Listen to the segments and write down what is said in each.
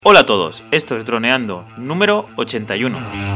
Hola a todos, esto es Droneando, número 81.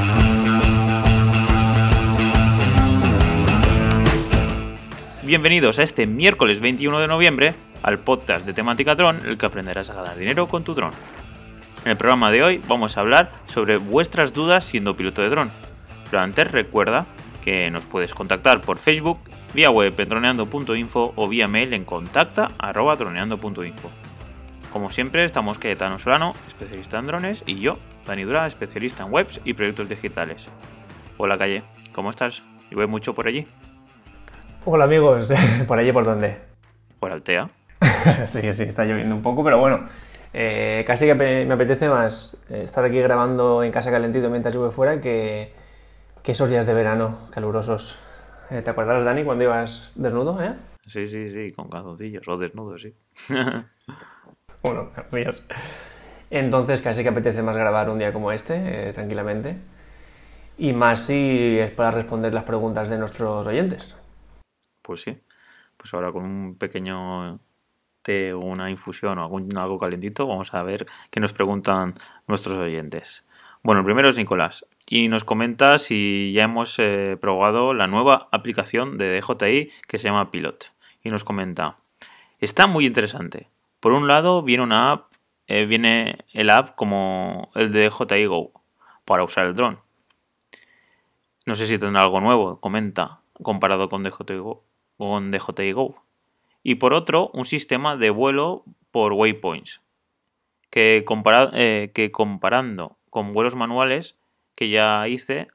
Bienvenidos a este miércoles 21 de noviembre al podcast de temática dron, el que aprenderás a ganar dinero con tu dron. En el programa de hoy vamos a hablar sobre vuestras dudas siendo piloto de dron. Pero antes recuerda que nos puedes contactar por Facebook, vía web en droneando.info o vía mail en contacta@droneando.info. Como siempre, estamos Cayetano Solano, especialista en drones, y yo, Dani Dura, especialista en webs y proyectos digitales. Hola Calle, ¿cómo estás? ¿Llueve mucho por allí? Hola amigos, ¿por allí por dónde? ¿Por Altea? Sí, está lloviendo un poco, pero bueno, casi que me apetece más estar aquí grabando en casa calentito mientras llueve fuera que esos días de verano calurosos. ¿Te acordarás, Dani, cuando ibas desnudo, eh? Sí, con calzoncillos o desnudos, sí. Bueno, Dios. Entonces casi que apetece más grabar un día como este, tranquilamente. Y más si es para responder las preguntas de nuestros oyentes. Pues sí, pues ahora con un pequeño té o una infusión o algo calentito, vamos a ver qué nos preguntan nuestros oyentes. Bueno, el primero es Nicolás y nos comenta si ya hemos probado la nueva aplicación de DJI que se llama Pilot. Y nos comenta, está muy interesante. Por un lado viene el app como el de DJI Go para usar el dron. No sé si tendrá algo nuevo, comenta, comparado con DJI Go. Y por otro, un sistema de vuelo por waypoints, que comparando con vuelos manuales que ya hice,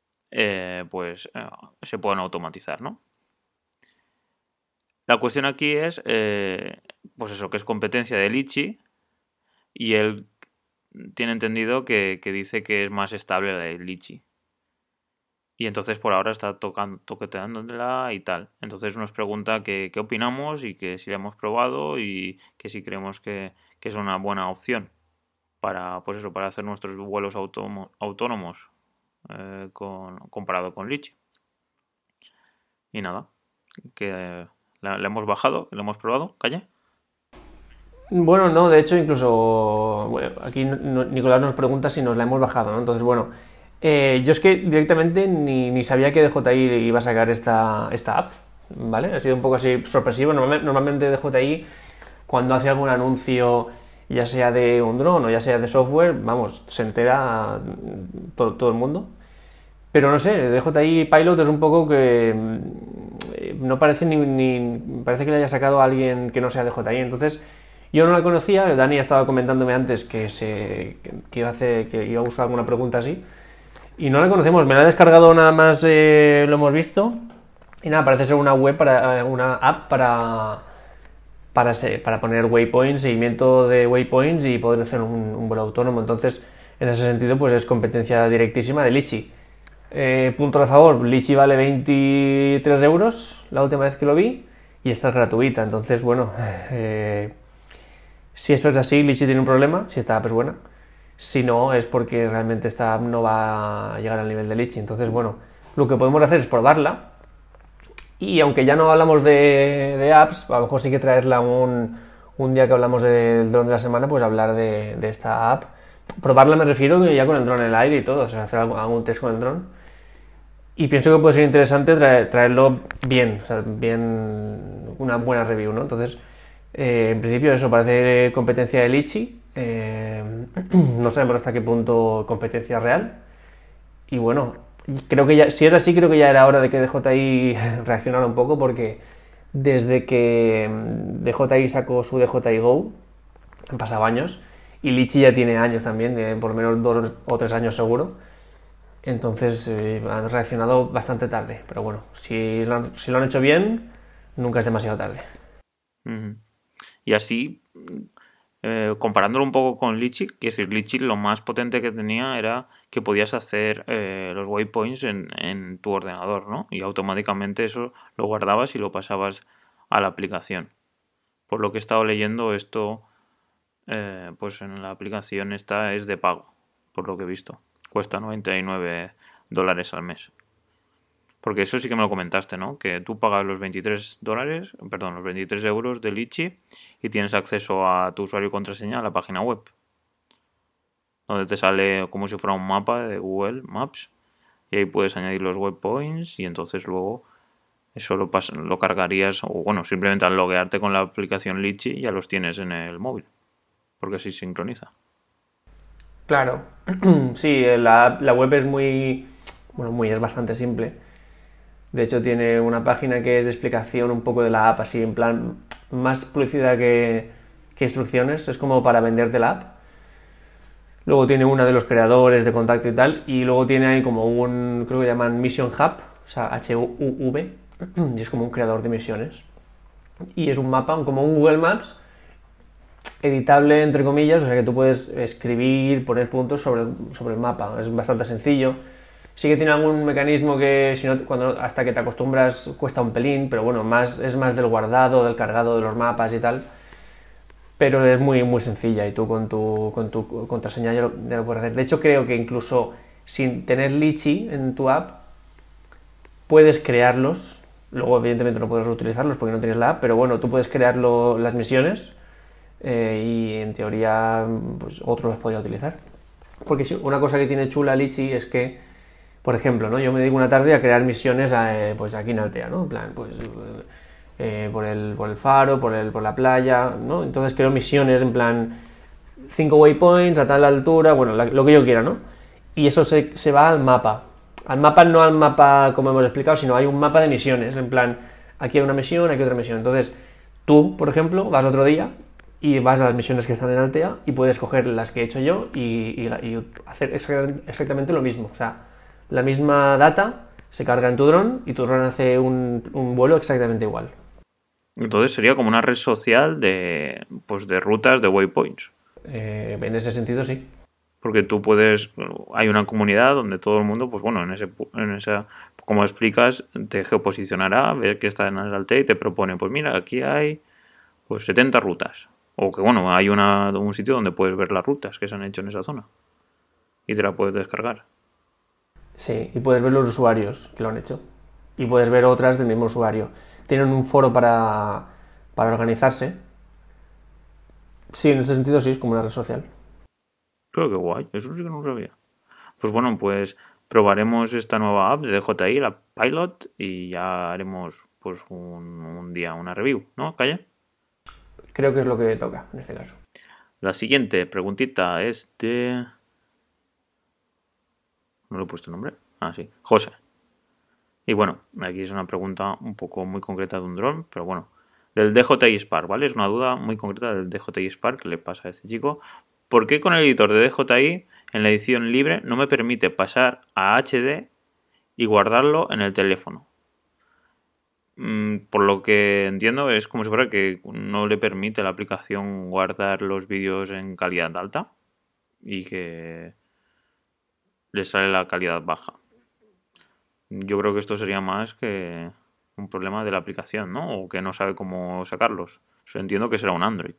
se pueden automatizar, ¿no? La cuestión aquí es, pues eso, que es competencia de Litchi, y él tiene entendido que dice que es más estable el Litchi. Y entonces por ahora está toqueteándola y tal. Entonces nos pregunta qué opinamos y que si la hemos probado y que si creemos que es una buena opción para, pues eso, para hacer nuestros vuelos autónomos comparado con Litchi. Y nada, que la hemos bajado, la hemos probado, Calle. Bueno, no, de hecho, incluso bueno, aquí Nicolás nos pregunta si nos la hemos bajado, ¿no? Entonces, bueno, yo es que directamente ni sabía que DJI iba a sacar esta app, ¿vale? Ha sido un poco así sorpresivo. Normalmente DJI, cuando hace algún anuncio, ya sea de un dron o ya sea de software, vamos, se entera todo el mundo. Pero no sé, DJI Pilot es un poco que no parece parece que le haya sacado a alguien que no sea DJI. Entonces, yo no la conocía. Dani estaba comentándome antes que iba a buscar alguna pregunta así. Y no la conocemos, me la he descargado nada más, lo hemos visto. Y nada, parece ser una una app para poner waypoints, seguimiento de waypoints y poder hacer un vuelo autónomo. Entonces, en ese sentido, pues es competencia directísima de Litchi. Punto a favor, Litchi vale 23 euros la última vez que lo vi y esta es gratuita. Entonces, bueno, si esto es así, Litchi tiene un problema, si esta app es buena. Si no, es porque realmente esta app no va a llegar al nivel de Litchi. Entonces, bueno, lo que podemos hacer es probarla. Y aunque ya no hablamos de apps, a lo mejor sí que traerla un día que hablamos del dron de la semana, pues hablar de esta app. Probarla me refiero ya con el dron en el aire y todo, o sea, hacer algún test con el dron. Y pienso que puede ser interesante traerlo bien, o sea, bien, una buena review, ¿no? Entonces, en principio eso parece competencia de Litchi. No sabemos hasta qué punto competencia real. Y bueno, creo que ya, si es así, creo que ya era hora de que DJI reaccionara un poco, porque desde que DJI sacó su DJI Go, han pasado años, y Litchi ya tiene años también, por lo menos 2 o 3 años seguro. Entonces han reaccionado bastante tarde, pero bueno, si lo han hecho bien, nunca es demasiado tarde. Uh-huh. Y así, comparándolo un poco con Litchi, que es decir, Litchi lo más potente que tenía era que podías hacer los waypoints en tu ordenador, ¿no? Y automáticamente eso lo guardabas y lo pasabas a la aplicación. Por lo que he estado leyendo, esto, pues en la aplicación esta es de pago, por lo que he visto. Cuesta $99 al mes. Porque eso sí que me lo comentaste, ¿no? Que tú pagas los 23 euros de Litchi y tienes acceso a tu usuario y contraseña a la página web. donde te sale como si fuera un mapa de Google Maps y ahí puedes añadir los waypoints y entonces luego eso lo cargarías o bueno, simplemente al loguearte con la aplicación Litchi ya los tienes en el móvil, porque así sincroniza. Claro, sí, la web es es bastante simple. De hecho, tiene una página que es de explicación un poco de la app, así en plan, más publicidad que instrucciones, es como para venderte la app. Luego tiene una de los creadores de contacto y tal, y luego tiene ahí como creo que llaman Mission Hub, o sea, HUV, y es como un creador de misiones. Y es un mapa, como un Google Maps, editable entre comillas, o sea que tú puedes escribir, poner puntos sobre el mapa, es bastante sencillo. Sí que tiene algún mecanismo que si no, hasta que te acostumbras cuesta un pelín, pero bueno, es más del guardado, del cargado de los mapas y tal. Pero es muy sencilla y tú con tu contraseña ya lo puedes hacer. De hecho, creo que incluso sin tener Litchi en tu app, puedes crearlos. Luego, evidentemente, no puedes utilizarlos porque no tienes la app, pero bueno, tú puedes crear las misiones y en teoría pues, otro las podría utilizar. Porque sí, una cosa que tiene chula Litchi es que, por ejemplo, ¿no? Yo me dedico una tarde a crear misiones pues aquí en Altea, ¿no? En plan, pues por el faro, por la playa, ¿no? Entonces creo misiones en plan 5 waypoints a tal altura, bueno, lo que yo quiera, ¿no? Y eso se va al mapa. No al mapa como hemos explicado, sino hay un mapa de misiones, en plan, aquí hay una misión, aquí hay otra misión. Entonces, tú, por ejemplo, vas otro día y vas a las misiones que están en Altea y puedes coger las que he hecho yo y hacer exactamente lo mismo. O sea, la misma data se carga en tu dron y tu dron hace un vuelo exactamente igual. Entonces sería como una red social de rutas de waypoints. En ese sentido, sí. Porque tú hay una comunidad donde todo el mundo, pues bueno, en esa, como explicas, te geoposicionará, ve que está en el Altea y te propone, pues mira, aquí hay pues 70 rutas. O que bueno, hay un sitio donde puedes ver las rutas que se han hecho en esa zona. Y te la puedes descargar. Sí, y puedes ver los usuarios que lo han hecho. Y puedes ver otras del mismo usuario. Tienen un foro para organizarse. Sí, en ese sentido sí, es como una red social. Creo que guay, eso sí que no lo sabía. Pues bueno, pues probaremos esta nueva app de DJI, la Pilot, y ya haremos pues un día una review, ¿no, Calla? Creo que es lo que toca en este caso. La siguiente preguntita es de... ¿No le he puesto nombre? Ah, sí, José. Y bueno, aquí es una pregunta un poco muy concreta de un dron, pero bueno, del DJI Spark, ¿vale? Es una duda muy concreta del DJI Spark que le pasa a este chico. ¿Por qué con el editor de DJI en la edición libre no me permite pasar a HD y guardarlo en el teléfono? Por lo que entiendo es como si fuera que no le permite la aplicación guardar los vídeos en calidad alta y que le sale la calidad baja. Yo creo que esto sería más que un problema de la aplicación, ¿no? O que no sabe cómo sacarlos. Entiendo que será un Android.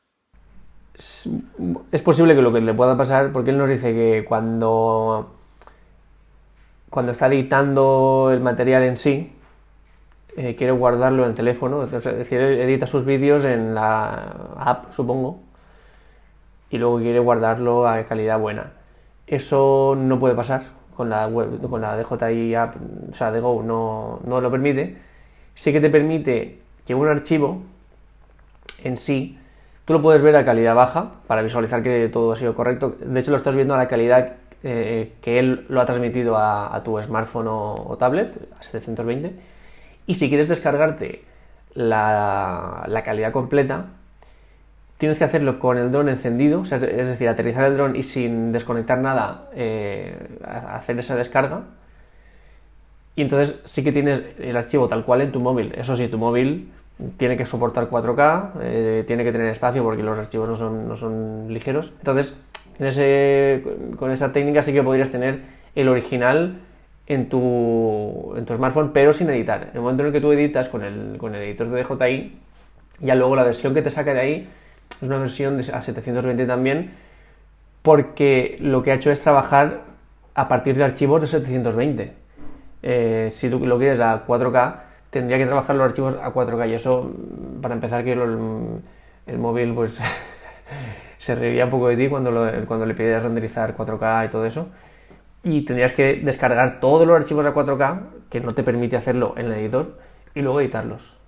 Es posible que lo que le pueda pasar, porque él nos dice que cuando está editando el material en sí, quiere guardarlo en el teléfono, es decir, edita sus vídeos en la app, supongo, y luego quiere guardarlo a calidad buena. Eso no puede pasar con la DJI app, o sea, de Go no lo permite. Sí que te permite que un archivo en sí, tú lo puedes ver a calidad baja para visualizar que todo ha sido correcto. De hecho, lo estás viendo a la calidad que él lo ha transmitido a tu smartphone o tablet, a 720. Y si quieres descargarte la calidad completa, tienes que hacerlo con el dron encendido, o sea, es decir, aterrizar el dron y sin desconectar nada, hacer esa descarga. Y entonces sí que tienes el archivo tal cual en tu móvil. Eso sí, tu móvil tiene que soportar 4K, tiene que tener espacio porque los archivos no son ligeros. Entonces, con esa técnica sí que podrías tener el original en tu smartphone, pero sin editar. En el momento en el que tú editas con el editor de DJI, ya luego la versión que te saca de ahí es una versión a 720 también, porque lo que ha hecho es trabajar a partir de archivos de 720. Si tú lo quieres a 4K, tendría que trabajar los archivos a 4K, y eso, para empezar, que el móvil pues se reiría un poco de ti cuando le pidieras renderizar 4K y todo eso. Y tendrías que descargar todos los archivos a 4K, que no te permite hacerlo en el editor, y luego editarlos.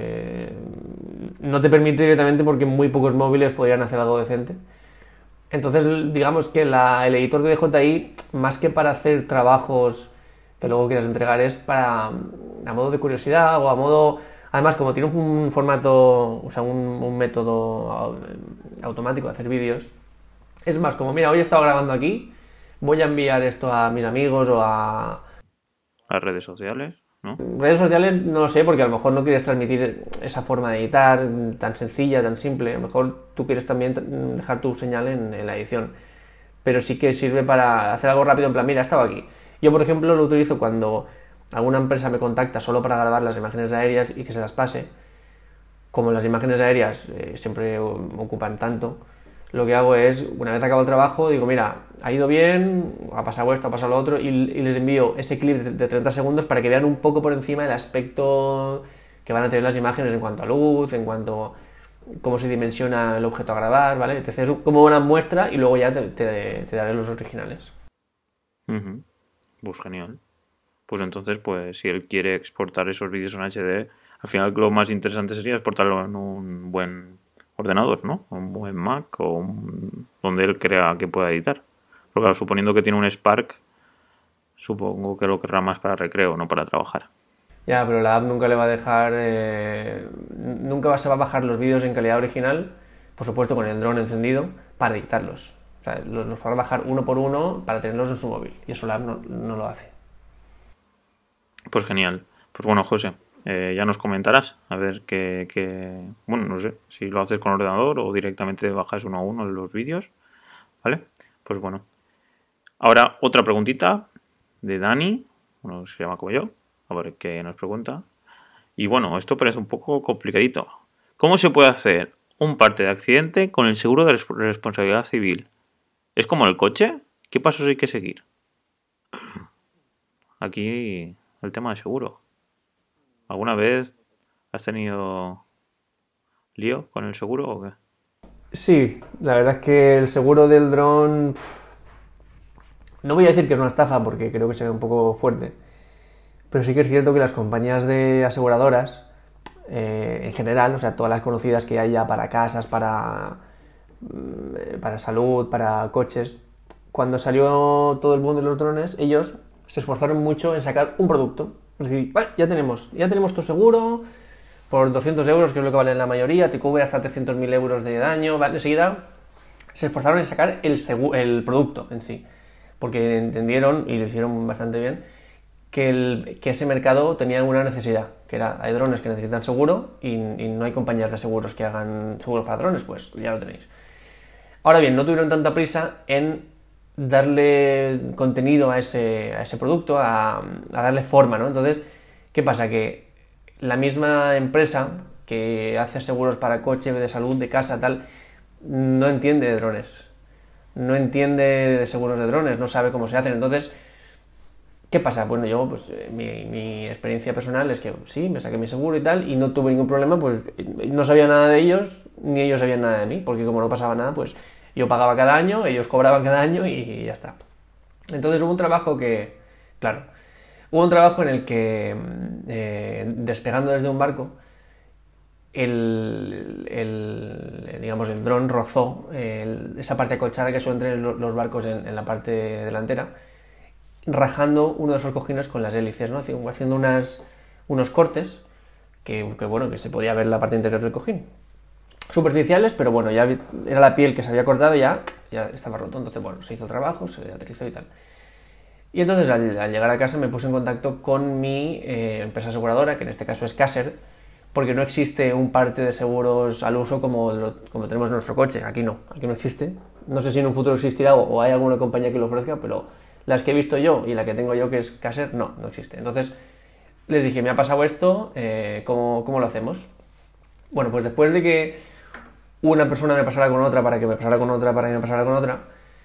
No te permite directamente porque muy pocos móviles podrían hacer algo decente. Entonces, digamos que el editor de DJI, más que para hacer trabajos que luego quieras entregar, es para a modo de curiosidad o a modo... Además, como tiene un formato, o sea, un método automático de hacer vídeos, es más como, mira, hoy he estado grabando aquí, voy a enviar esto a mis amigos o a... Las redes sociales, ¿no? Redes sociales no lo sé, porque a lo mejor no quieres transmitir esa forma de editar tan sencilla, tan simple. A lo mejor tú quieres también dejar tu señal en la edición. Pero sí que sirve para hacer algo rápido, en plan, mira, he estado aquí. Yo, por ejemplo, lo utilizo cuando alguna empresa me contacta solo para grabar las imágenes aéreas y que se las pase. Como las imágenes aéreas siempre ocupan tanto, lo que hago es, una vez acabo el trabajo, digo, mira, ha ido bien, ha pasado esto, ha pasado lo otro, y les envío ese clip de 30 segundos para que vean un poco por encima el aspecto que van a tener las imágenes en cuanto a luz, en cuanto a cómo se dimensiona el objeto a grabar, ¿vale? Entonces es como una muestra y luego ya te daré los originales. Pues genial. Pues entonces, pues si él quiere exportar esos vídeos en HD, al final lo más interesante sería exportarlo en un buen ordenador, ¿no? Un buen Mac o donde él crea que pueda editar. Porque claro, suponiendo que tiene un Spark, supongo que lo querrá más para recreo, no para trabajar. Ya, pero la app nunca le va a dejar... nunca se va a bajar los vídeos en calidad original, por supuesto con el dron encendido, para editarlos. O sea, los va a bajar uno por uno para tenerlos en su móvil. Y eso la app no lo hace. Pues genial. Pues bueno, José, ya nos comentarás a ver bueno, no sé, si lo haces con ordenador o directamente bajas uno a uno los vídeos, ¿vale? Pues bueno. Ahora otra preguntita de Dani, bueno, se llama como yo, a ver qué nos pregunta. Y bueno, esto parece un poco complicadito. ¿Cómo se puede hacer un parte de accidente con el seguro de responsabilidad civil? ¿Es como el coche? ¿Qué pasos hay que seguir? Aquí el tema de seguro. ¿Alguna vez has tenido lío con el seguro o qué? Sí, la verdad es que el seguro del dron... No voy a decir que es una estafa porque creo que sería un poco fuerte, pero sí que es cierto que las compañías de aseguradoras, en general, o sea, todas las conocidas que haya para casas, para salud, para coches, cuando salió todo el mundo de los drones, ellos se esforzaron mucho en sacar un producto. Es decir, ya tenemos tu seguro por 200 euros, que es lo que vale la mayoría, te cubre hasta 300.000 euros de daño, ¿vale? Enseguida se esforzaron en sacar el producto en sí, porque entendieron, y lo hicieron bastante bien, que ese mercado tenía una necesidad, que hay drones que necesitan seguro y no hay compañías de seguros que hagan seguros para drones, pues ya lo tenéis. Ahora bien, no tuvieron tanta prisa en darle contenido a ese producto, a darle forma, ¿no? Entonces, ¿qué pasa? Que la misma empresa que hace seguros para coche, de salud, de casa, tal, no entiende de drones, no entiende de seguros de drones, no sabe cómo se hacen. Entonces, ¿qué pasa? Bueno, yo, pues mi experiencia personal es que sí, me saqué mi seguro y tal, y no tuve ningún problema, pues no sabía nada de ellos, ni ellos sabían nada de mí, porque como no pasaba nada, pues yo pagaba cada año, ellos cobraban cada año y ya está. Entonces hubo un trabajo en el que, despegando desde un barco, digamos, el dron rozó esa parte acolchada que suele tener los barcos en la parte delantera, rajando uno de esos cojines con las hélices, ¿no? Haciendo unos cortes que se podía ver la parte interior del cojín. Superficiales, pero bueno, ya era la piel que se había cortado y ya estaba roto. Entonces, bueno, se hizo trabajo, se aterrizó y tal. Y entonces al llegar a casa me puse en contacto con mi empresa aseguradora, que en este caso es Caser, porque no existe un parte de seguros al uso como tenemos en nuestro coche. Aquí no existe. No sé si en un futuro existirá o hay alguna compañía que lo ofrezca, pero las que he visto yo y la que tengo yo, que es Caser, no existe. Entonces les dije, me ha pasado esto, ¿cómo lo hacemos? Bueno, pues después de que una persona me pasara con otra, para que me pasara con otra, para que me pasara con otra,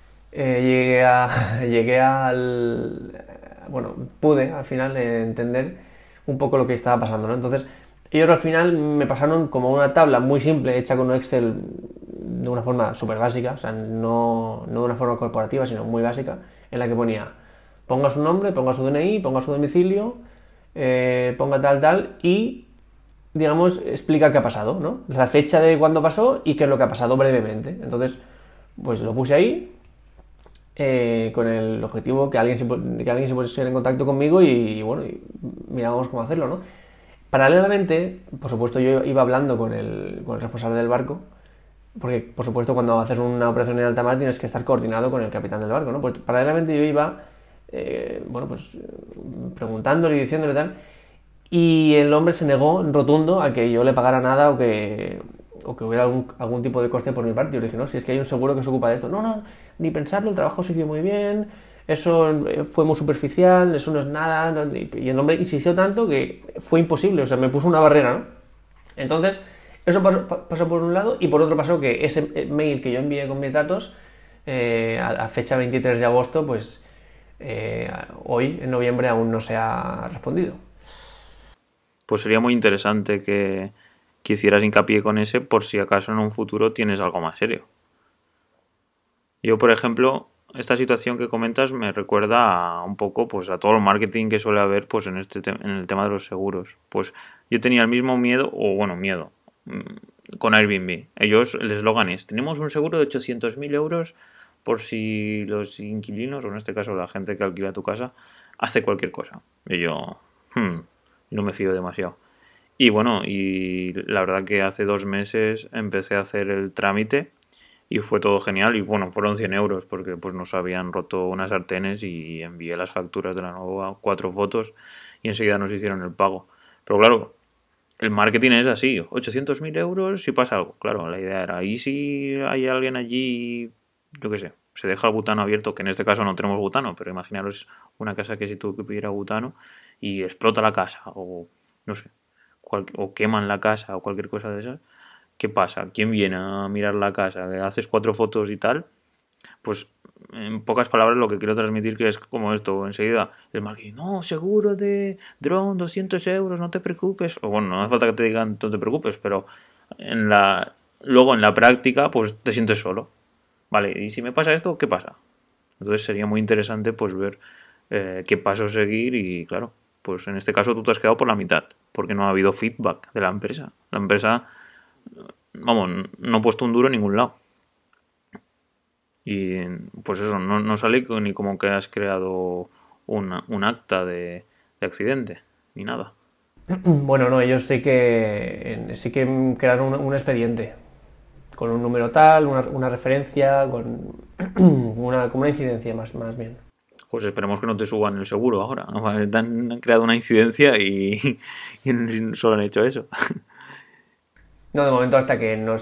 pude al final entender un poco lo que estaba pasando, ¿no? Entonces, ellos al final me pasaron como una tabla muy simple, hecha con un Excel de de una forma súper básica, o sea, no de una forma corporativa, sino muy básica, en la que ponía, ponga su nombre, ponga su DNI, ponga su domicilio, ponga tal, y, digamos, explica qué ha pasado, ¿no? La fecha de cuándo pasó y qué es lo que ha pasado brevemente. Entonces, pues lo puse ahí, con el objetivo que alguien se pusiera en contacto conmigo y bueno, y mirábamos cómo hacerlo, ¿no? Paralelamente, por supuesto, yo iba hablando con el responsable del barco, porque, por supuesto, cuando haces una operación en alta mar tienes que estar coordinado con el capitán del barco, ¿no? Pues paralelamente yo iba, preguntándole y diciéndole tal, y el hombre se negó rotundo a que yo le pagara nada o que hubiera algún tipo de coste por mi parte. Yo le dije, no, si es que hay un seguro que se ocupa de esto. No, ni pensarlo, el trabajo se hizo muy bien, eso fue muy superficial, eso no es nada. No, y el hombre insistió tanto que fue imposible, o sea, me puso una barrera, ¿no? Entonces, eso pasó por un lado, y por otro pasó que ese mail que yo envié con mis datos, a fecha 23 de agosto, pues hoy, en noviembre, aún no se ha respondido. Pues sería muy interesante que hicieras hincapié con ese por si acaso en un futuro tienes algo más serio. Yo, por ejemplo, esta situación que comentas me recuerda un poco pues a todo el marketing que suele haber pues en el tema de los seguros. Pues yo tenía el mismo miedo, con Airbnb. Ellos, el eslogan es, tenemos un seguro de 800.000 euros por si los inquilinos, o en este caso la gente que alquila tu casa, hace cualquier cosa. Y yo, no me fío demasiado. Y bueno, y la verdad que hace 2 meses empecé a hacer el trámite y fue todo genial. Y bueno, fueron 100 euros porque pues nos habían roto unas sartenes y envié las facturas de la nueva, 4 fotos y enseguida nos hicieron el pago. Pero claro, el marketing es así, 800.000 euros si pasa algo. Claro, la idea era, ¿y si hay alguien allí, yo qué sé, se deja el butano abierto, que en este caso no tenemos butano, pero imaginaros una casa que si tuviera butano y explota la casa o no sé, o queman la casa o cualquier cosa de esas, ¿qué pasa? ¿Quién viene a mirar la casa? ¿Haces 4 fotos y tal? Pues en pocas palabras lo que quiero transmitir que es como esto, enseguida el marketing, no, seguro de dron, 200 euros, no te preocupes, o bueno, no hace falta que te digan no te preocupes, pero luego en la práctica pues te sientes solo, vale, y si me pasa esto, ¿qué pasa? Entonces sería muy interesante pues ver qué pasos seguir y claro, pues en este caso tú te has quedado por la mitad, porque no ha habido feedback de la empresa. La empresa, vamos, no ha puesto un duro en ningún lado. Y pues eso, no sale ni como que has creado un acta de accidente, ni nada. Bueno, no, ellos sí que crearon un expediente con un número tal, una referencia, con como una incidencia más bien. Pues esperemos que no te suban el seguro ahora. Te han creado una incidencia y solo han hecho eso. No, de momento hasta que no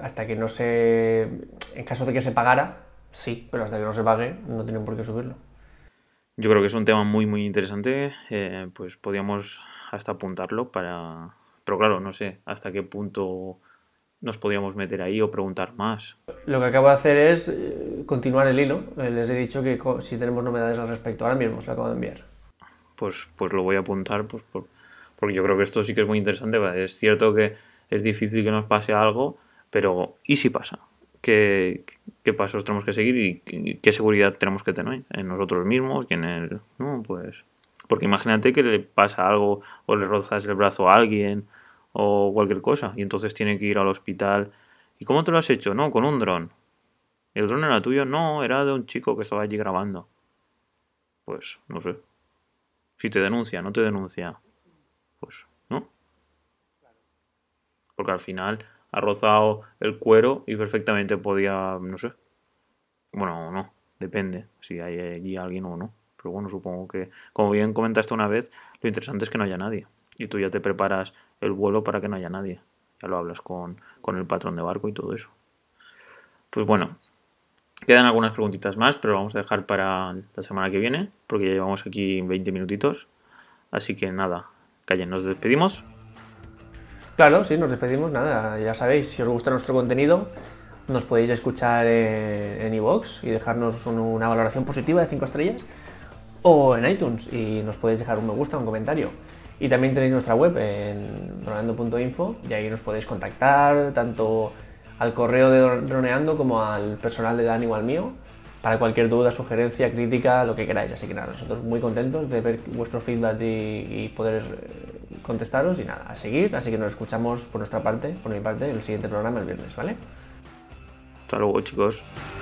se, en caso de que se pagara, sí, pero hasta que no se pague no tienen por qué subirlo. Yo creo que es un tema muy muy interesante, pues podríamos hasta apuntarlo pero claro, no sé hasta qué punto nos podríamos meter ahí o preguntar más. Lo que acabo de hacer es continuar el hilo. Les he dicho que si tenemos novedades al respecto, ahora mismo os lo acabo de enviar. Pues lo voy a apuntar pues porque yo creo que esto sí que es muy interesante. Es cierto que es difícil que nos pase algo, pero ¿y si pasa? ¿Qué pasos tenemos que seguir y qué seguridad tenemos que tener en nosotros mismos y en el... No, pues... Porque imagínate que le pasa algo o le rozas el brazo a alguien o cualquier cosa y entonces tiene que ir al hospital. ¿Y cómo te lo has hecho? No, con un dron. ¿El dron era tuyo? No, era de un chico que estaba allí grabando. Pues no sé. Si te denuncia, no te denuncia. Pues no. Porque al final ha rozado el cuero y perfectamente podía, no sé. Bueno, no, depende si hay allí alguien o no. Pero bueno, supongo que, como bien comentaste una vez, lo interesante es que no haya nadie. Y tú ya te preparas el vuelo para que no haya nadie. Ya lo hablas con el patrón de barco y todo eso. Pues bueno, quedan algunas preguntitas más, pero lo vamos a dejar para la semana que viene, porque ya llevamos aquí 20 minutitos. Así que nada, Calle, nos despedimos. Claro, sí, nos despedimos, nada, ya sabéis, si os gusta nuestro contenido, nos podéis escuchar en iVoox y dejarnos una valoración positiva de 5 estrellas, o en iTunes y nos podéis dejar un me gusta, un comentario. Y también tenéis nuestra web en dronando.info y ahí nos podéis contactar, tanto al correo de Droneando como al personal de Dani o al mío, para cualquier duda, sugerencia, crítica, lo que queráis. Así que nada, nosotros muy contentos de ver vuestro feedback y poder contestaros, y nada, a seguir. Así que nos escuchamos por nuestra parte, por mi parte, en el siguiente programa el viernes, ¿vale? Hasta luego, chicos.